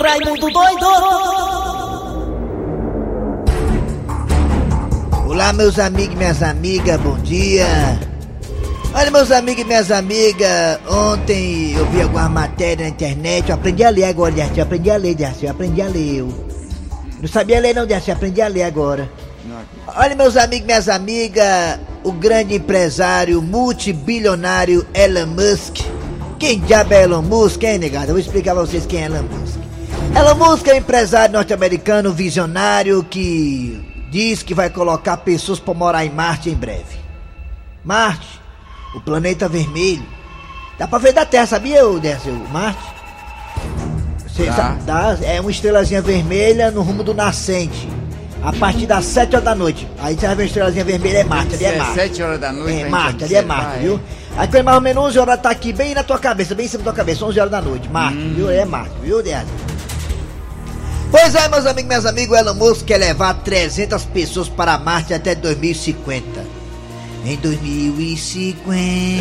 Raimundo doido! Olá, meus amigos e minhas amigas, bom dia. Olha, meus amigos e minhas amigas, ontem eu vi algumas matérias na internet, eu aprendi a ler agora, Dercy, eu aprendi a ler, Dercy, eu aprendi a ler. Não sabia ler não, Dercy, eu aprendi a ler agora. Olha, meus amigos e minhas amigas, o grande empresário multibilionário Elon Musk. Quem diabo é Elon Musk, hein, negado? Eu vou explicar pra vocês quem é Elon Musk. Elon Musk é um empresário norte-americano visionário que diz que vai colocar pessoas pra morar em Marte em breve. Marte, o planeta vermelho. Dá pra ver da Terra, sabia, Dercy? Marte? É uma estrelazinha vermelha no rumo do nascente. A partir das 7 horas da noite. Aí você vai ver a estrelazinha vermelha, é Marte, ali é Marte. 7 horas da noite. É Marte, ali é Marte, viu? Aí quando mais ou menos 11 horas tá aqui bem na tua cabeça, bem em cima da tua cabeça, 11 horas da noite. Marte, viu? É Marte, viu, Dercy? Pois é, meus amigos e minhas amigas, o Elon Musk quer levar 300 pessoas para Marte até 2050. Em 2050.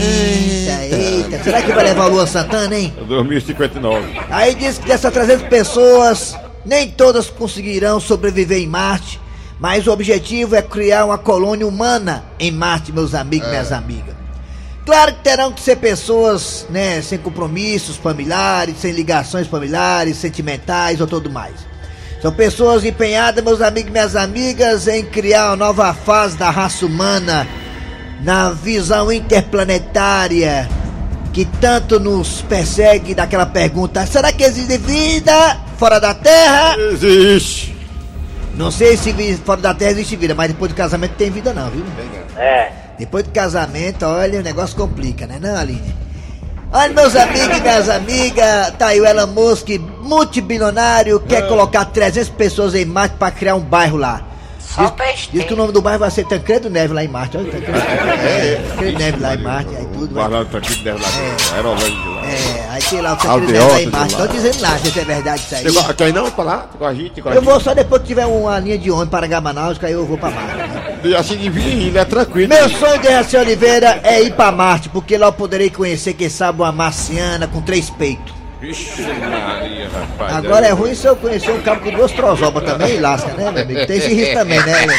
Eita, será que vai levar o Luan Santana, hein? 2059. Aí diz que dessas 300 pessoas, nem todas conseguirão sobreviver em Marte, mas o objetivo é criar uma colônia humana em Marte, meus amigos e minhas amigas. Claro que terão que ser pessoas, né, sem compromissos familiares, sem ligações familiares, sentimentais ou tudo mais. São pessoas empenhadas, meus amigos e minhas amigas, em criar uma nova fase da raça humana, na visão interplanetária que tanto nos persegue daquela pergunta: será que existe vida fora da Terra? Existe. Não sei se fora da Terra existe vida, mas depois do casamento tem vida não, viu? Depois do casamento, olha, o negócio complica, né não, Aline? Olha, meus amigos e minhas amigas, tá aí o Elon Musk, multibilionário, quer colocar 300 pessoas em Marte pra criar um bairro lá. Diz que o nome do bairro vai ser Tancredo Neves lá em Marte. Olha, Tancredo Neves lá em Marte, aí tudo vai. Tancredo Neves lá, Aerolândia de lá. Aí tem lá o Tancredo Neves lá em Marte. Tô dizendo lá se é verdade isso aí. Você quer ir não pra lá? Com a gente? Eu vou só depois que tiver uma linha de ônibus para Manaus, que aí eu vou pra Marte. Né? Assim de vir, ele é tranquilo. Meu sonho de Dercy Oliveira é ir pra Marte, porque lá eu poderei conhecer, quem sabe, uma marciana com 3 peitos. Vixe Maria, rapaz. Agora é ruim se eu conhecer um cabo com 2 trozobas também e lasca, né, meu amigo? Tem esse risco também, né?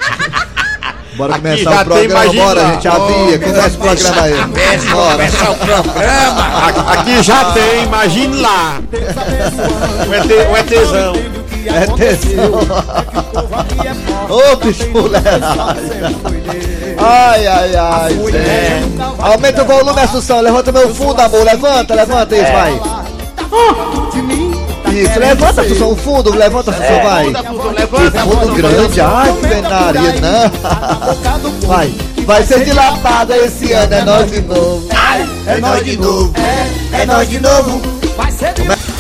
Bora começar o programa, bora, gente, havia, começa o programa aí. Bora. Começar o programa. Aqui já tem, imagine lá. O ETzão. Ô, bicho ai, aumenta o volume, Assunção, levanta meu fundo, amor, levanta isso, vai. Isso, levanta, Assunção, o fundo, levanta, Assunção, vai. Levanta, fundo grande, ai, que venaria, não. Vai ser dilatada esse ano, é nós de novo. É nós de novo, é nós de novo. Vai ser de novo.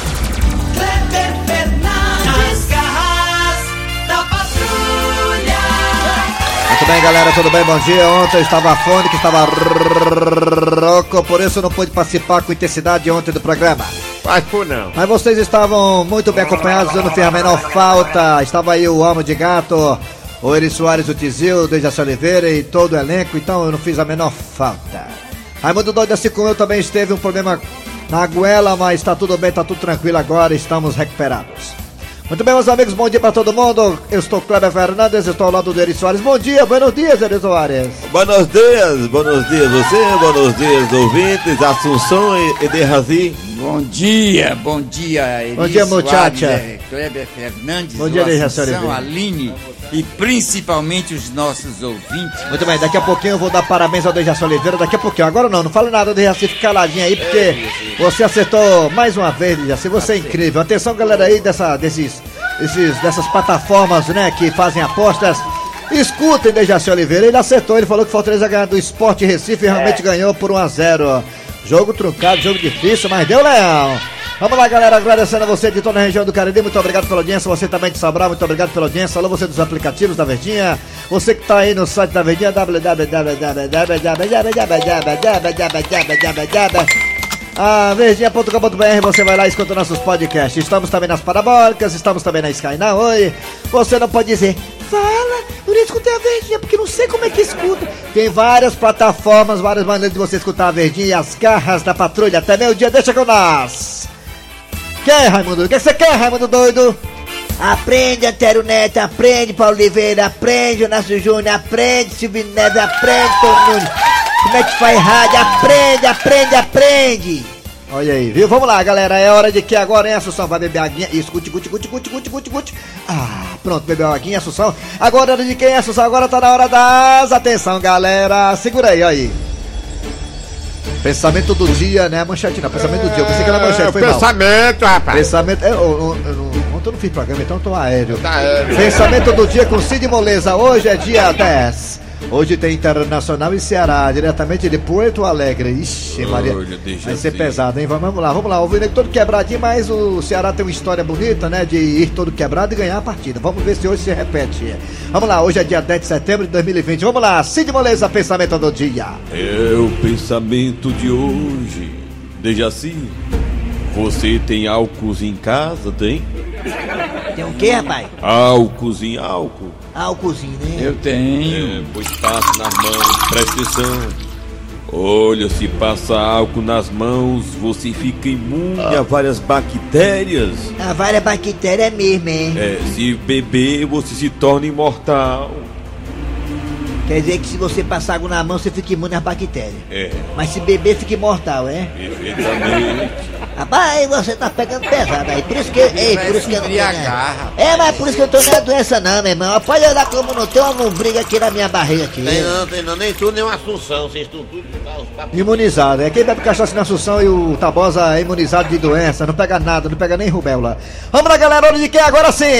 Muito bem, galera, tudo bem? Bom dia. Ontem eu estava afônico, estava rouco, por isso eu não pude participar com intensidade ontem do programa. Não. Mas vocês estavam muito bem acompanhados, eu não fiz a menor falta. Estava aí o Amo de Gato, o Eri Soares, o Tizil, o Dercy Oliveira e todo o elenco, então eu não fiz a menor falta. Raimundo Doido, assim como eu, também esteve um problema na goela, mas tá tudo bem, tá tudo tranquilo agora, estamos recuperados. Muito bem, meus amigos, bom dia pra todo mundo. Eu estou Kleber Fernandes, estou ao lado do Eri Soares. Bom dia, buenos dias, Eri Soares. Buenos dias você, buenos dias, ouvintes, Assunção e Dercy. Bom dia, Eri Bom dia, Soares, muchacha. Kleber Fernandes, bom dia, Assunção, Aline e principalmente os nossos ouvintes. Muito bem, daqui a pouquinho eu vou dar parabéns ao Dercy Oliveira, daqui a pouquinho. Agora não fala nada, Dercy, fica caladinho aí, porque você acertou mais uma vez, Dercy, você é incrível. Atenção, galera aí dessas plataformas, né, que fazem apostas. Escutem Dercy Oliveira, ele acertou, ele falou que o Fortaleza ganhou do Sport Recife e realmente ganhou por 1-0. Jogo truncado, jogo difícil, mas deu, Leão. Vamos lá, galera, agradecendo a você de toda a região do Cariri, muito obrigado pela audiência, você também de Sobral, muito obrigado pela audiência, alô, você dos aplicativos da Verdinha, você que tá aí no site da Verdinha, verdinha.com.br, você vai lá e escuta nossos podcasts. Estamos também nas parabólicas, estamos também na Sky na Oi. Você não pode dizer, fala, eu nem escutei a Verdinha, porque não sei como é que escuta. Tem várias plataformas, várias maneiras de você escutar a Verdinha e as garras da patrulha. Até meio-dia, deixa com nós. quer, Raimundo? O que você quer, Raimundo doido? Aprende, Antero Neto, aprende, Paulo Oliveira, aprende, Inácio Júnior, aprende, Silvio Neves, aprende, Tom Nunes. Como é que faz rádio? Aprende! Olha aí, viu? Vamos lá, galera, é hora de que agora, hein, Assunção? Vai beber aguinha, isso, guti. Pronto, bebeu a aguinha, Assunção. Agora é hora de quem, Assunção? Agora tá na hora das... Atenção, galera, segura aí. Pensamento do dia, né? Manchete não, pensamento do dia. Eu pensei que era manchete, foi pensamento, mal. rapaz. Pensamento, ontem eu não fiz programa, então eu tô aéreo. Tá aéreo. Pensamento do dia com Cid Moleza. Hoje é dia 10. Hoje tem Internacional e Ceará, diretamente de Porto Alegre. Ixi, Maria, vai ser pesado, hein? Vamos lá. O Vinegre todo quebradinho, mas o Ceará tem uma história bonita, né? De ir todo quebrado e ganhar a partida. Vamos ver se hoje se repete. Vamos lá, hoje é dia 10 de setembro de 2020. Vamos lá, Cid Moleza, pensamento do dia. É o pensamento de hoje. Dejaci, você tem álcool em casa, tem? Tem o quê, rapaz? Álcool. Álcoolzinho, né? Eu tenho. Pois passa nas mãos, presta atenção. Olha, se passa álcool nas mãos, você fica imune a várias bactérias. A várias bactérias é mesmo, hein? Se beber, você se torna imortal. Quer dizer que se você passar água na mão, você fica imune às bactérias. Mas se beber, fica imortal, é? Perfeitamente. Rapaz, você tá pegando pesado aí. Por isso que eu não tenho. Mas por isso que eu tô na doença não, meu irmão. Pode olhar como não tem uma lombriga aqui na minha barriga aqui. Tem não, nem tu, nem uma Assunção. Vocês estão tudo imunizado. É quem bebe cachaça na Assunção e o Tabosa é imunizado de doença. Não pega nada, não pega nem rubéola. Vamos lá, galera, hora de quem agora sim?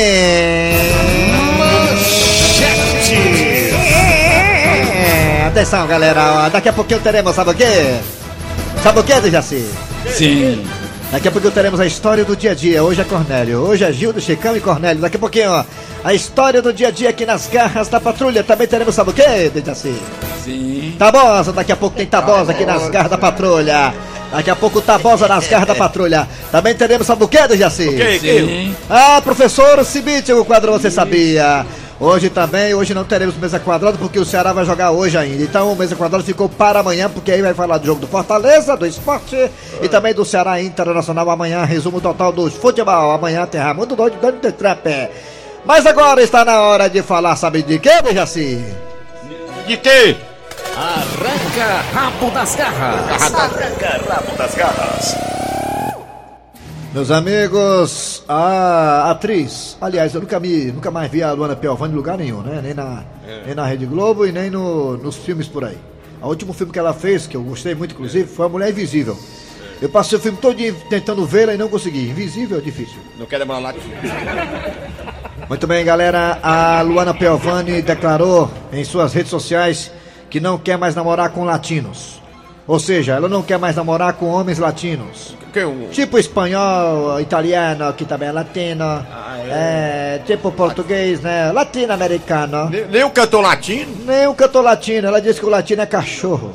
Atenção, galera, daqui a pouquinho teremos, sabe o quê? Sabe o quê, Dejaci? Sim. Daqui a pouquinho teremos a história do dia a dia. Hoje é Cornélio, hoje é Gildo, Chicão e Cornélio. Daqui a pouquinho, ó, a história do dia a dia aqui nas garras da patrulha. Também teremos, sabe o quê, Dejaci? Sim. Tabosa, daqui a pouco tem Tabosa aqui nas garras da patrulha. Daqui a pouco Tabosa nas garras da patrulha. Também teremos, sabe o quê, Dejaci? Sim. Professor Cibite, o quadro Você Sabia. Hoje não teremos mesa quadrada porque o Ceará vai jogar hoje ainda. Então o mesa quadrada ficou para amanhã, porque aí vai falar do jogo do Fortaleza, do esporte e também do Ceará Internacional amanhã. Resumo total do futebol. Amanhã tem Raimundo doido dando de trapé. Mas agora está na hora de falar, sabe de quê, Dejaci? De quê? Arranca rabo das garras. Arranca rabo das garras. Meus amigos, a atriz, aliás, eu nunca mais vi a Luana Piovani em lugar nenhum, né? Nem na Rede Globo e nem nos filmes por aí. O último filme que ela fez, que eu gostei muito inclusive, foi A Mulher Invisível. Eu passei o filme todo tentando vê-la e não consegui. Invisível é difícil. Não quero demorar lá. Muito bem, galera, a Luana Piovani declarou em suas redes sociais que não quer mais namorar com latinos. Ou seja, ela não quer mais namorar com homens latinos. Tipo espanhol, italiano, que também é latino. Tipo português, né? Latino-americano. Nem o cantor latino? Nem o cantor latino. Ela disse que o latino é cachorro.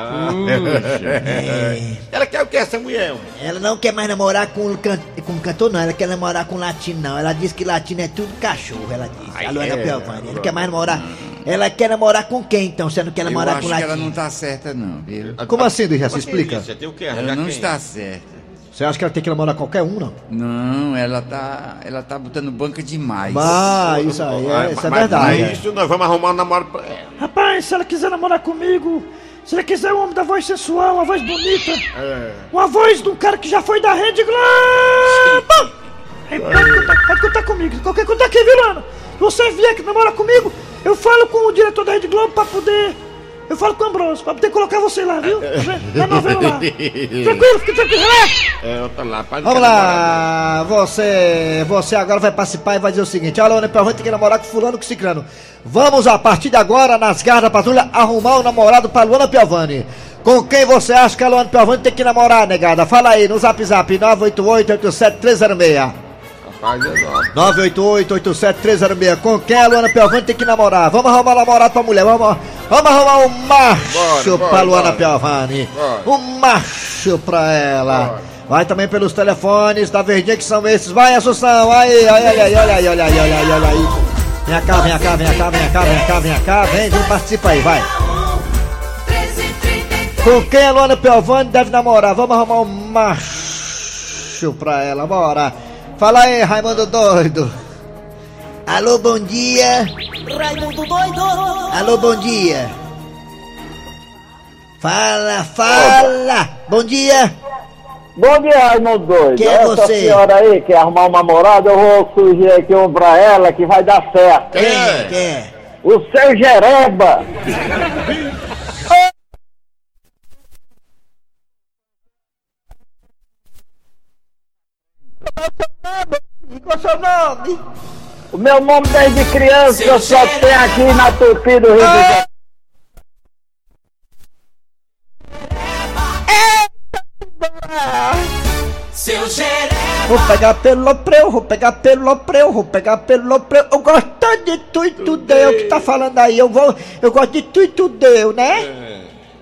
Ela quer o que, essa mulher? Ela não quer mais namorar com cantor, não. Ela quer namorar com latino, não. Ela disse que latino é tudo cachorro, ela disse. A Luana Piovani. Ela não quer mais namorar. Ela quer namorar com quem, então? Você não quer namorar com latino? Eu acho que ela não tá certa, não, viu? Como assim, Dejaci? Se explica. Ela não está certa. Você acha que ela tem que namorar qualquer um, não? Não, ela tá botando banca demais. Isso aí, isso é verdade. Mas isso nós vamos arrumar um namoro pra ela. Rapaz, se ela quiser namorar comigo, se ela quiser um homem da voz sensual, uma voz bonita, uma voz de um cara que já foi da Rede Globo, pode contar comigo. Qualquer coisa aqui, Vilano. Se você vier que namora comigo, eu falo com o diretor da Rede Globo pra poder... Eu falo com o Ambrosio, pra poder colocar você lá, viu? Na novela lá. Tranquilo, fica tranquilo, relaxa. Vamos lá, você agora vai participar e vai dizer o seguinte: olha, Luana Piovani tem que namorar com fulano, com ciclano. Vamos, a partir de agora, nas garras da patrulha, arrumar um namorado pra Luana Piovani. Com quem você acha que a Luana Piovani tem que namorar, negada? Fala aí no zap 988-87306. 988-87306. Com quem a Luana Piovani tem que namorar? Vamos arrumar um namorado pra mulher. Vamos arrumar um macho pra Luana Piovani. Um macho pra ela. Vai também pelos telefones da Verdinha, que são esses. Vai, Assunção. Aí, olha aí. Vem cá. Vem, participa aí, vai. Com quem a Luana Piovani deve namorar? Vamos arrumar um macho luxo pra ela, bora. Fala aí, Raimundo Doido. Alô, bom dia. Raimundo Doido. Alô, bom dia. Fala. Bom dia. Bom dia, Raimundo Doido. Quem é essa você? senhora aí quer arrumar uma namorada, eu vou sugerir aqui um pra ela que vai dar certo. Quem é? O seu Jereba. Qual é o seu nome? O meu nome desde criança eu só tenho aqui na Tupi do Rio de Janeiro. Seu Jereba. Vou pegar pelo preu, vou pegar pelo preu. Eu gosto de tu e tu deu que tá falando aí. Eu gosto de tu e tu deu, né?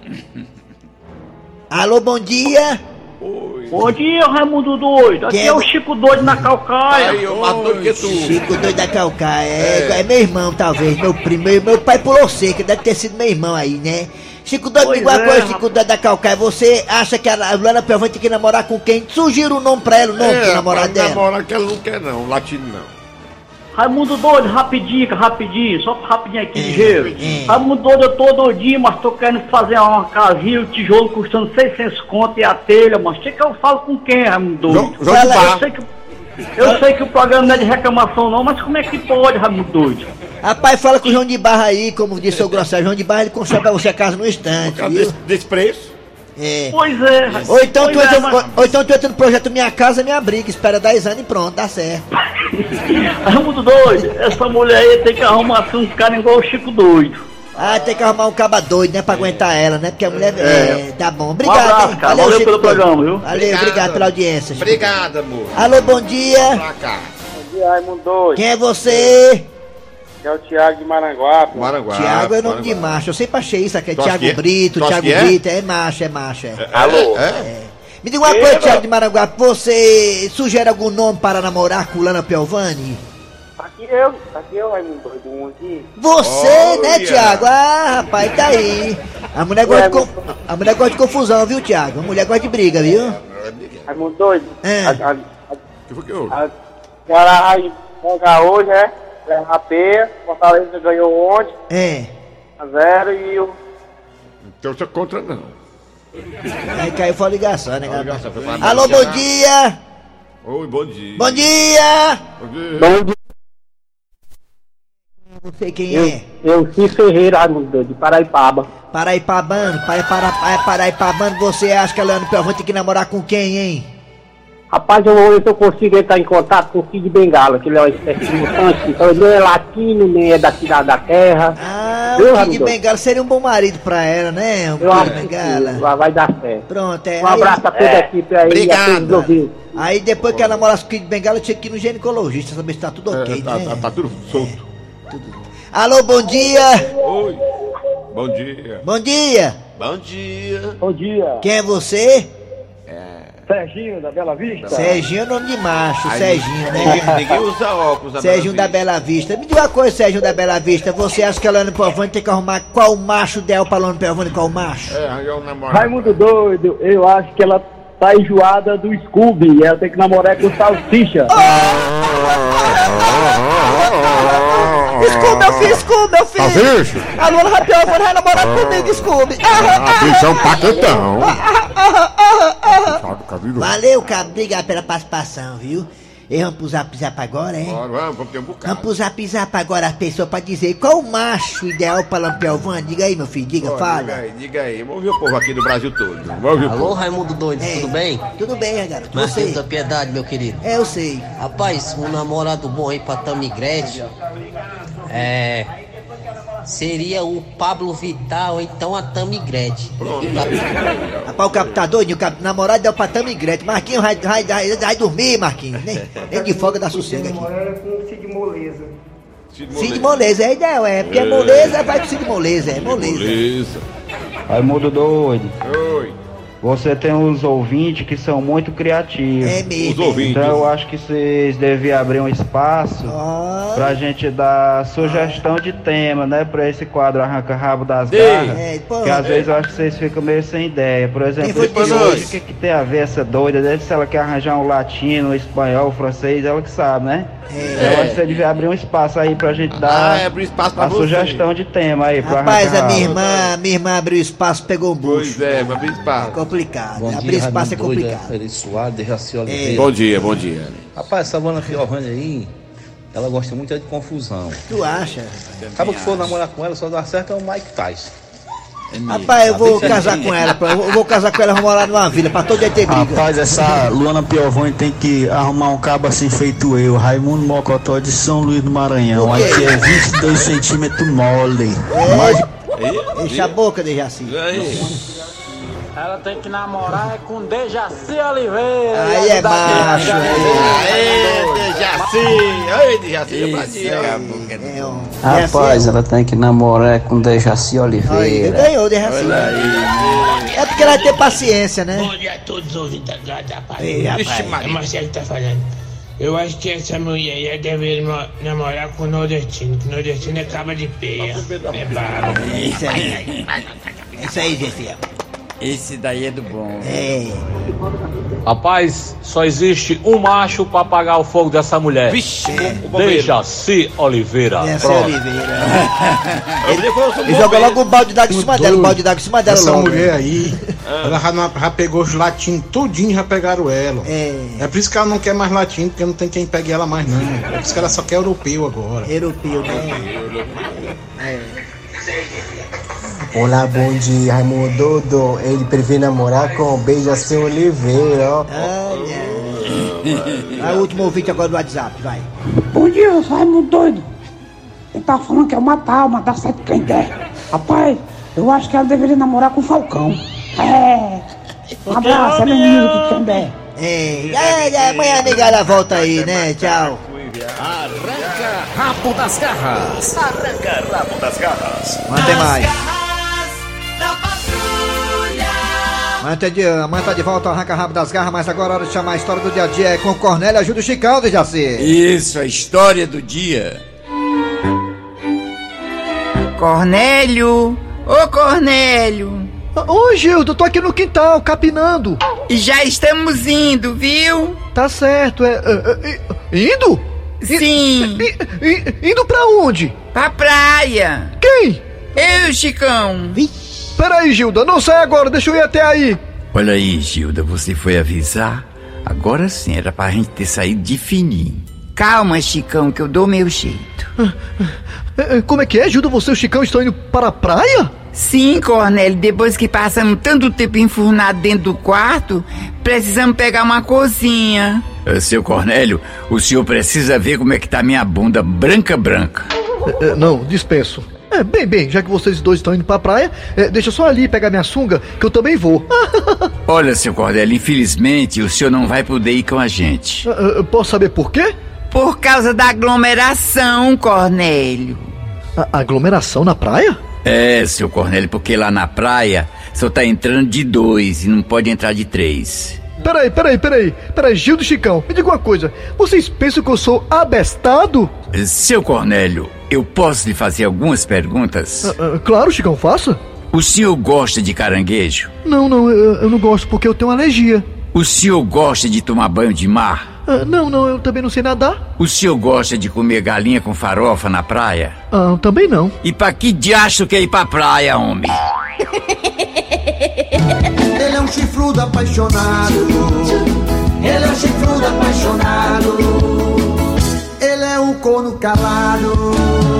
Alô, bom dia. Bom dia, Raimundo Doido. Aqui Quem é o Chico Doido na Calcaia. Aí, eu mato doido que tu. Chico Doido da Calcaia. É meu irmão, talvez. Meu primo. Meu pai pulou seca. Deve ter sido meu irmão aí, né? Chico Doido, Pois igual é, coisa, Chico Doido da Calcaia. Você acha que a Luana Piovani tem que namorar com quem? Sugira o nome pra ela, o nome do namorado dela. Namorar que ela não quer não, latino não. Raimundo Doido, rapidinho, só rapidinho aqui, ligeiro. Raimundo Doido, eu tô doidinho, mas tô querendo fazer uma casinha, o tijolo custando 600 conto e a telha, mas que eu falo com quem, Raimundo Doido? Eu sei que o programa não é de reclamação não, mas como é que pode, Raimundo Doido? Rapaz, fala com o João de Barra aí, como disse o Grosseiro. João de Barra, ele constrói pra você a casa no instante, viu? Desse preço? É. Pois é. Ou então tu entra no projeto Minha Casa Minha Briga, espera 10 anos e pronto, dá certo. Raimundo Doido, essa mulher aí tem que arrumar assim, uns caras igual o Chico Doido. Ah, tem que arrumar um caba doido, né, pra aguentar ela, né? Porque a mulher tá bom. Um Obrigado, abraço, hein? cara. Valeu Chico pelo Doido. programa, viu? Valeu, obrigado pela audiência, Chico. Obrigado, amor. Alô, bom dia. Pra cá. Bom dia, Raimundo Doido. Quem é você? É o Thiago de Maranguape. Maranguá. Tiago é nome de macho. Eu sempre achei isso aqui. É Tu acha Tiago que é? Brito, Tu acha Tiago que é? Brito. É macho. Alô? Me diga uma coisa, Tiago de Maranguape. Você sugere algum nome para namorar com Lana Piovani? Aqui eu, Raimundo Doido, um aqui. Você, Olha. né, Tiago? Ah, rapaz, tá aí. A mulher gosta de confusão, viu, Tiago? A mulher gosta de briga, viu? Raimundo Doido. Que foi que houve? A senhora vai jogar hoje, né? Leva a peia, Fortaleza ganhou ontem, É. 1-0 e o... Então você é contra não. Aí caiu fora a ligação, né, galera? ligação, foi pra Alô, bom dia! Oi, bom dia. Bom dia! Bom dia. Bom dia. Você quem é? Eu fui Ferreira, Raimundo Doido, de Paraipaba. Paraipabano, Paraipabano, você acha que a Lana Piovani tem que namorar com quem, hein? Rapaz, eu vou ver se eu consigo entrar em contato com o Kid Bengala, que ele é uma espécie de mutante, então ele não é latino, nem é daqui da terra. Ah, Eu, o Kid Raimundo? Bengala seria um bom marido pra ela, né? O Eu acho Kid que Bengala. vai dar certo. Pronto, é. Um abraço a toda a equipe aí. Obrigado. A todos os ouvintes. Aí depois que ela namorasse com o Kid Bengala, tinha que ir no ginecologista, saber se tá tudo ok, né? Tá tudo solto. Alô, bom dia! Oi. Bom dia. Bom dia! Bom dia. Bom dia. Quem é você? Serginho, da Bela Vista. Serginho é nome de macho, Serginho, né? Ninguém usa óculos. Serginho da Bela Vista. Me diga uma coisa, Serginho da Bela Vista. Você acha que a Lana Piovani tem que arrumar qual macho ideal pra Lana Piovani? Qual macho? É o namorado. Raimundo Doido, eu acho que ela tá enjoada do Scooby. Ela tem que namorar com o Salsicha. Scooby, meu filho! Salsicha? A Lana Piovani vai namorar comigo, Scooby! Bicho é um paquetão. Valeu, cara. Obrigado pela participação, viu? E vamos pro Zap Zap agora, hein? Bora, vamos ter um bocado. Vamos pro Zap Zap agora, a pessoa pra dizer qual o macho ideal pra Lana Piovani. Diga aí, meu filho, fala. Diga aí. Vamos ouvir o povo aqui do Brasil todo. Vamos ouvir o Alô, povo. Raimundo Doido, É. tudo bem? Tudo bem, garoto? Marquinhos Você? da Piedade, meu querido. É, eu sei. Rapaz, um namorado bom aí pra Tamigrete seria o Pablo Vittar ou então a Tamigrete. Rapaz, o cap tá doido, o namorado deu pra Tamigrete. Marquinhos vai dormir, Marquinhos. Nem de folga dá sossego aqui. Cid Moleza, é ideal, porque é moleza, vai pro Cid Moleza, é moleza. Beleza. Raimundo Doido, Oi. você tem uns ouvintes que são muito criativos. É mesmo. Os ouvintes. Então eu acho que vocês deviam abrir um espaço pra gente dar sugestão de tema, né? Pra esse quadro Arranca Rabo das Garras. Que às vezes eu acho que vocês ficam meio sem ideia. Por exemplo, hoje, o que tem a ver essa doida? Deve se ela quer arranjar um latino, um espanhol, um francês, ela que sabe, né? Eu acho que você devia abrir um espaço aí pra gente dar abrir espaço pra a sugestão de tema aí. Pra Rapaz, Arranca minha irmã abriu espaço, pegou um bucho. Pois é, vai abrir espaço. É complicado. Bom Abrir dia, espaço é Raimundo Doido, complicado. Eri Soares, de Jaci Oliveira. Bom dia, bom dia. Rapaz, essa Vana Fiorrani aí, ela gosta muito de confusão. Tu acha? Acaba que for namorar com ela, só dá certo é o Mike Tyson. Rapaz, eu vou casar com ela. Eu vou casar com ela e vou morar numa vila pra todo dia ter briga. Rapaz, essa Luana Piovani tem que arrumar um cabo assim feito eu, Raimundo Mocotó de São Luís do Maranhão. Aqui é 22 centímetros mole. Enche a boca, Dejaci. Ela tem que namorar com Dejaci Oliveira. Aí é macho. Dejaci, Rapaz, ela tem que namorar com Dejaci Oliveira. Ganhou, Dejaci. É porque ela vai ter paciência, né? Bom dia a todos os ouvintes da Paz. É Marcelo que tá falando. Eu acho que essa mulher aí deve namorar com o nordestino, que o nordestino é caba de peia. É brabo. Isso aí, Zefia. Esse daí é do bom. Rapaz, só existe um macho pra apagar o fogo dessa mulher. Vixe, o bombeiro. Dejaci Oliveira. Dejaci Oliveira. Ele joga logo o balde d'água em cima dela, o balde d'água em cima dela. Essa mulher aí, ela já pegou os latinos tudinho, já pegaram ela. É por isso que ela não quer mais latino, porque não tem quem pegue ela mais não. É por isso que ela só quer europeu agora. Europeu, né? Olá, bom dia, Raimundo Doido. Ele prevê namorar com o Dejaci Oliveira, ó. A última ouvinte agora do WhatsApp, vai. Bom dia, eu sou Raimundo Doido. Ele tá falando que é matar certo quem der. Rapaz, eu acho que ela deveria namorar com o Falcão. Um abraço, é meu menino que quem der. Amanhã a negada volta aí, né? Tchau. Arranca Rabo das Garras. Arranca Rabo das Garras. Mantém mais. Amanhã tá de volta ao Arranca Rabo das Garras, mas agora é hora de chamar a história do dia a dia. É com o Cornélio, ajuda o Chicão, Dejaci. Isso, a história do dia. Cornélio! Ô Cornélio! Ô Gildo, tô aqui no quintal, capinando. E já estamos indo, viu? Tá certo, indo? Sim. Indo pra onde? Pra praia. Quem? Eu, Chicão. Peraí, Gilda, não sai agora, deixa eu ir até aí. Olha aí, Gilda, você foi avisar? Agora sim, era pra gente ter saído de fininho. Calma, Chicão, que eu dou meu jeito. Como é que é, Gilda? Você e o Chicão estão indo para a praia? Sim, Cornélio, depois que passamos tanto tempo enfurnado dentro do quarto, precisamos pegar uma cozinha. Seu Cornélio, o senhor precisa ver como é que tá minha bunda branca. Não, dispenso. Bem, já que vocês dois estão indo pra praia, deixa eu só ali pegar minha sunga, que eu também vou. Olha, seu Cornélio, infelizmente o senhor não vai poder ir com a gente. Posso saber por quê? Por causa da aglomeração, Cornélio. Aglomeração na praia? Seu Cornélio, porque lá na praia só tá entrando de 2 e não pode entrar de 3. Peraí, Gildo e Chicão, me diga uma coisa, vocês pensam que eu sou abestado? Seu Cornélio, eu posso lhe fazer algumas perguntas? Claro, Chicão, faça. O senhor gosta de caranguejo? Não, eu não gosto porque eu tenho alergia. O senhor gosta de tomar banho de mar? Não, eu também não sei nadar. O senhor gosta de comer galinha com farofa na praia? Também não. E pra que diacho quer ir pra praia, homem? Ele é um chifrudo apaixonado. Ele é um chifrudo apaixonado. Ele é um corno calado.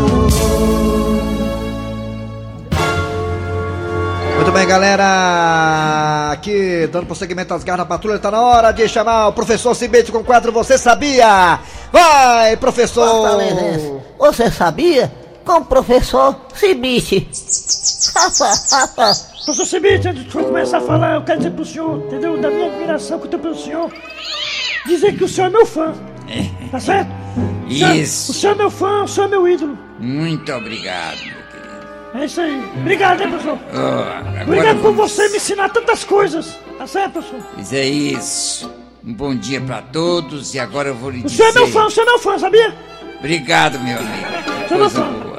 Muito bem, galera. Aqui, dando prosseguimento às garras da patrulha, tá na hora de chamar o professor Cibite com o quadro Você Sabia? Vai, professor! Você sabia? Com o professor Cibite. Professor Cibite, antes de eu começar a falar, eu quero dizer pro senhor, entendeu? Da minha admiração que eu tenho pelo senhor, dizer que o senhor é meu fã. Tá certo? Isso. O senhor é meu fã, o senhor é meu ídolo. Muito obrigado, meu querido. É isso aí. Obrigado, hein, professor? Agora obrigado por você me ensinar tantas coisas. Tá certo, professor? Pois é isso. Um bom dia pra todos e agora eu vou lhe dizer... Você é meu fã, sabia? Obrigado, meu amigo. Coisa boa.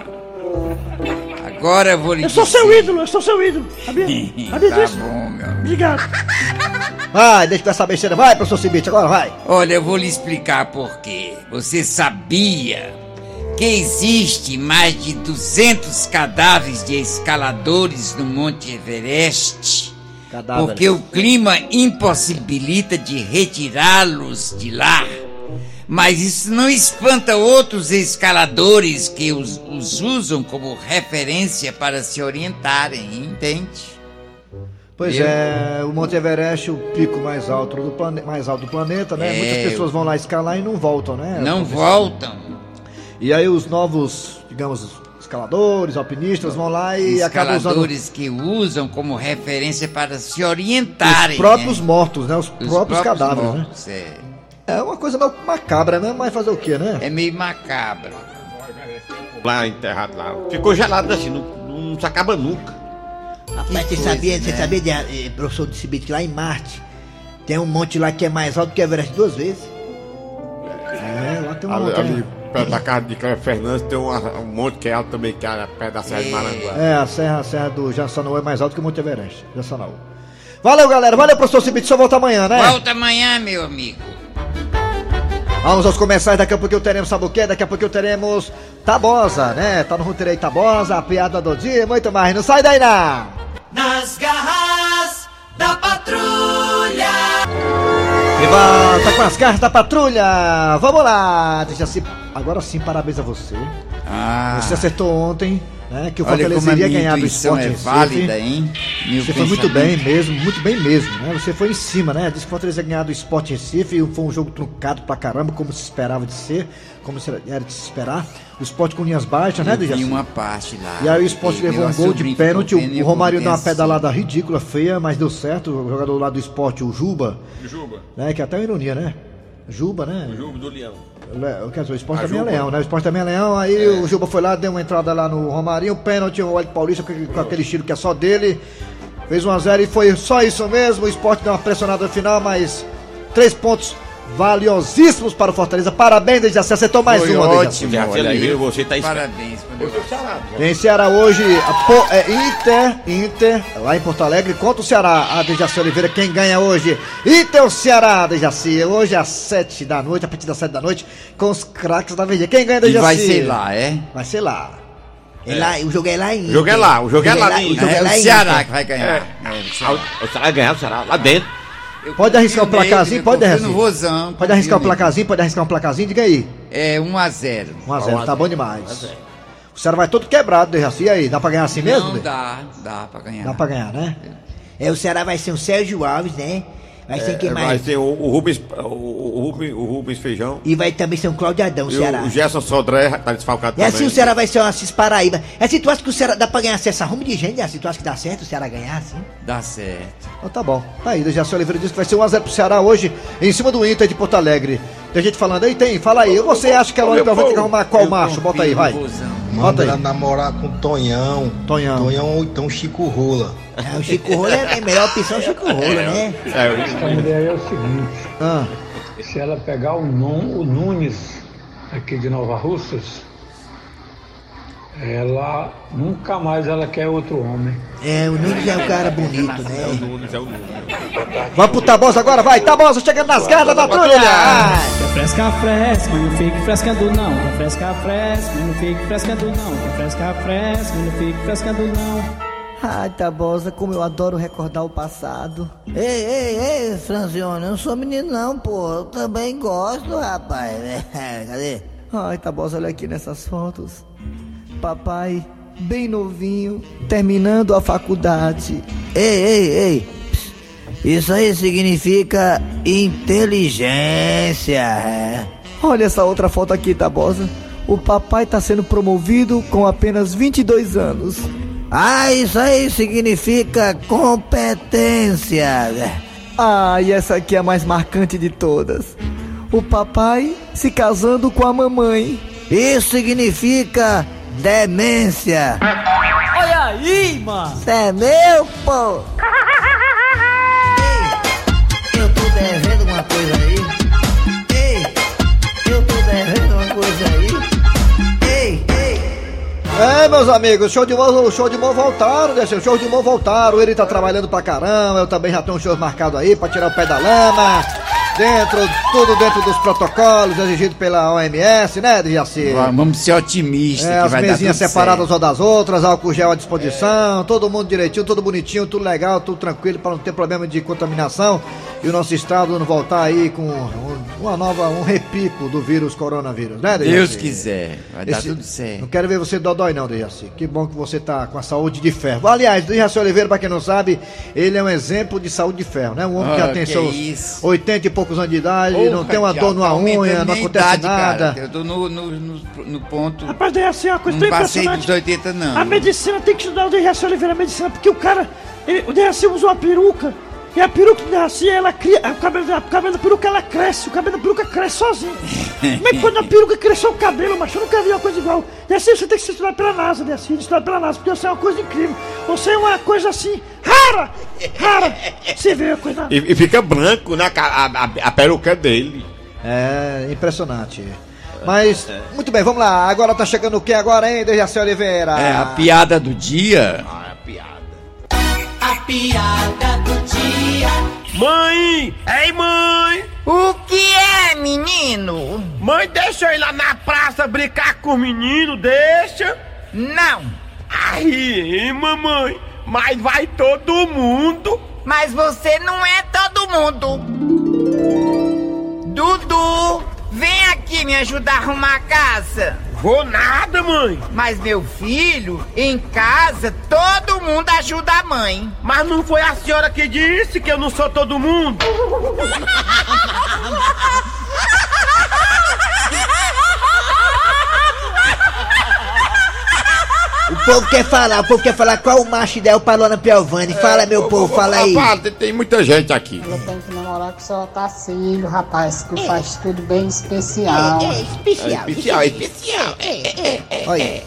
Agora eu vou lhe dizer... Eu sou seu ídolo, sabia? Sabia Tá disso? bom, meu amigo. Obrigado. Vai, deixa com essa besteira. Vai, professor Cibite, agora vai. Olha, eu vou lhe explicar por quê. Você sabia que existe mais de 200 cadáveres de escaladores no Monte Everest? Porque o clima impossibilita de retirá-los de lá. Mas isso não espanta outros escaladores que os usam como referência para se orientarem, entende? Pois é, o Monte Everest, o pico mais alto do planeta, né? Muitas pessoas vão lá escalar e não voltam, né? Não voltam. E aí os novos, digamos, escaladores, alpinistas vão lá e acabam usando... Escaladores que usam como referência para se orientarem. Os próprios mortos, né? Os próprios cadáveres, mortos, né? É uma coisa meio macabra, né? Mas fazer o quê, né? É meio macabro. Lá enterrado lá. Ficou gelado assim, não se acaba nunca. Rapaz, você sabia, professor de Cibite, que lá em Marte tem um monte lá que é mais alto que o Everest 2 vezes? Lá tem um monte. Ali perto da casa de Cléber Fernandes tem um monte que é alto também, que é perto da Serra de Maranguá. A serra do Jaçanaú é mais alto que o Monte Everest. Jaçanaú. Valeu, galera. Valeu, professor Cibite. Só volta amanhã, né? Volta amanhã, meu amigo. Vamos aos comerciais, daqui a pouco teremos, sabe o quê? Daqui a pouco teremos Tabosa, né? Tá no roteiro aí Tabosa, a piada do dia, muito mais. Não sai daí, não! Nas garras da patrulha. E volta com as garras da patrulha. Vamos lá, Dejaci. Agora sim, parabéns a você. Você acertou ontem, né? Que o Fortaleza iria ganhar do Sport Recife. Válida, hein? Você foi muito bem mesmo, né? Você foi em cima, né? Disse que o Fortaleza ia ganhar do Sport Recife e foi um jogo truncado pra caramba, como se esperava de ser, como era de se esperar. O Sport com linhas baixas, né, Dejaci? Uma parte lá. E aí o Sport levou um gol de pênalti, o Romário deu uma pedalada ridícula, feia, mas deu certo. O jogador lá do Sport, o Juba, né? Que é até uma ironia, né? Juba, né? O Juba do Leão. Quer dizer, o Sport também é Leão, né? O Sport também é Leão, aí o Juba foi lá, deu uma entrada lá no Romarinho, pênalti, o Hélio Paulista com aquele estilo que é só dele, fez 1-0 e foi só isso mesmo. O Sport deu uma pressionada no final, mas 3 pontos valiosíssimos para o Fortaleza. Parabéns, Dejaci, acertou mais foi uma, ótimo, Dejaci. Você tá parabéns. Tem Ceará hoje, Inter, lá em Porto Alegre, contra o Ceará. A Dejaci Oliveira, quem ganha hoje? Inter ou Ceará, Dejaci? Hoje às 7 da noite, a partir das 7 da noite, com os craques da VG. Quem ganha, Dejaci? E vai ser lá, é? Vai ser lá. O jogo é lá em Inter. O jogo é lá, o Ceará que vai ganhar. O Ceará vai ganhar, o Ceará lá dentro. Pode arriscar o placarzinho, pode arriscar. Pode arriscar o placarzinho, diga aí. É 1-0. 1-0, tá bom demais. O Ceará vai todo quebrado, Dejaci. E aí, dá pra ganhar assim mesmo? Não, dá pra ganhar. Dá pra ganhar, né? O Ceará vai ser o Sérgio Alves, né? Vai ser quem mais? Vai ser o Rubens Feijão. E vai também ser um Cláudio Adão, o Ceará. O Gerson Sodré tá desfalcado também. E assim o Ceará vai ser o Assis Paraíba. Assim, tu acha que o Ceará dá pra ganhar essa rumo de gente? Assim, tu acha que dá certo o Ceará ganhar, assim? Dá certo. Então tá bom. Tá aí, o Dejaci Oliveira disse que vai ser 1-0 pro Ceará hoje, em cima do Inter de Porto Alegre. Tem gente falando aí? Tem, fala aí. Você acha que a Lônica vai ter que arrumar qual macho? Bota aí, vai. Manda ela namorar com Tonhão ou então Chico Rola. O Chico Rola é a melhor opção, Chico Rola, né? A mulher é o seguinte, se ela pegar o Nunes aqui de Nova Russas, ela nunca mais ela quer outro homem. O Nunes é um cara bonito, né? É o Nunes. Vamos pro Tabosa agora, vai! Tabosa chegando nas garras da patrulha! Quer fresca, mas não fique frescando não. Quer fresca, mas não fique frescando não. Quer fresca, mas não fique frescando não. Ai, Tabosa, como eu adoro recordar o passado. Ei, Franzione, eu não sou menino não, pô. Eu também gosto, rapaz. Cadê? Ai, Tabosa, olha aqui nessas fotos. Papai, bem novinho, terminando a faculdade. Ei. Isso aí significa inteligência. Olha essa outra foto aqui, Tabosa. O papai tá sendo promovido com apenas 22 anos. Isso aí significa competência. E essa aqui é a mais marcante de todas. O papai se casando com a mamãe. Isso significa demência. Olha aí, mano. Cê é meu, pô. Meus amigos, show de humor voltaram, né? Show de humor voltaram, ele tá trabalhando pra caramba, eu também já tenho um show marcado aí pra tirar o pé da lama, tudo dentro dos protocolos exigidos pela OMS, né, Dejaci? Vamos ser otimistas, que as vai dar mesinhas tudo separadas certo. umas das outras, álcool gel à disposição, todo mundo direitinho, tudo bonitinho, tudo legal, tudo tranquilo, pra não ter problema de contaminação e o nosso estado não voltar aí com um repico do vírus coronavírus, né, Dejaci? Deus quiser, vai dar tudo certo. Não quero ver você dodói não, Dejaci. Que bom que você tá com a saúde de ferro. Aliás, Dejaci Oliveira, pra quem não sabe, ele é um exemplo de saúde de ferro, né? Um homem que já tem seus 80 e poucos anos de idade, não tem uma dor numa unha, não acontece nada. Cara, eu tô no ponto. Rapaz, Dejaci, é uma coisa não tão passei impressionante. dos 80 não. A medicina tem que estudar o Dejaci Oliveira, a medicina, porque o cara, o Dejaci usa uma peruca. E a peruca do Dejaci, ela cria. O cabelo da peruca, ela cresce. O cabelo da peruca cresce sozinho. Como é que quando a peruca cresceu o cabelo, macho? Eu nunca vi uma coisa igual. Dejaci, você tem que se estudar pela NASA, Dejaci. Estudar pela NASA, porque você é uma coisa incrível. Você é uma coisa assim, rara! Você vê a coisa. E fica branco, né? A peruca dele. É, impressionante. Mas, muito bem, vamos lá. Agora tá chegando o que agora, hein, Dejaci Oliveira? A piada do dia. A piada do dia. Mãe! Ei, mãe! O que é, menino? Mãe, deixa eu ir lá na praça brincar com o menino, deixa! Não! Ai, mamãe! Mas vai todo mundo! Mas você não é todo mundo! Dudu, vem aqui me ajudar a arrumar a casa! Vou nada, mãe! Mas meu filho, em casa todo mundo ajuda a mãe. Mas não foi a senhora que disse que eu não sou todo mundo? O povo quer falar qual o macho ideal pra Luana Piovani. Fala, meu povo, fala aí. Tem muita gente aqui. Eu tenho que namorar com o seu Otacílio, rapaz, que faz tudo bem especial. Especial. Olha.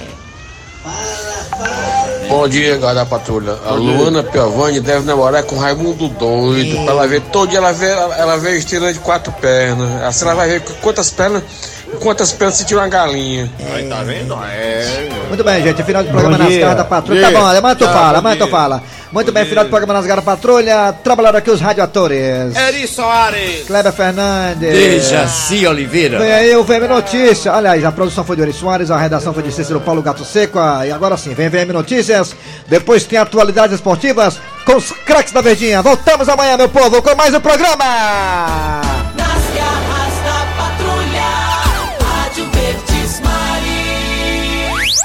Bom dia, galera da patrulha. A Luana Piovani deve namorar com o Raimundo Doido. Pra ela ver, todo dia ela vê estirando de 4 pernas. Assim ela vai ver quantas pernas se tira uma galinha. Aí, tá vendo? Muito bem, gente, final do programa nas garras da patrulha. Tá bom, amanhã tu fala. Muito bem, final do programa nas garras da patrulha. Trabalharam aqui os radioatores. Eri Soares. Kleber Fernandes. Dejaci Oliveira. Vem aí o VM Notícias. Aliás, a produção foi de Eri Soares, a redação foi de Cícero Paulo Gato Seco. E agora sim, vem VM Notícias. Depois tem atualidades esportivas com os craques da Verdinha. Voltamos amanhã, meu povo, com mais um programa.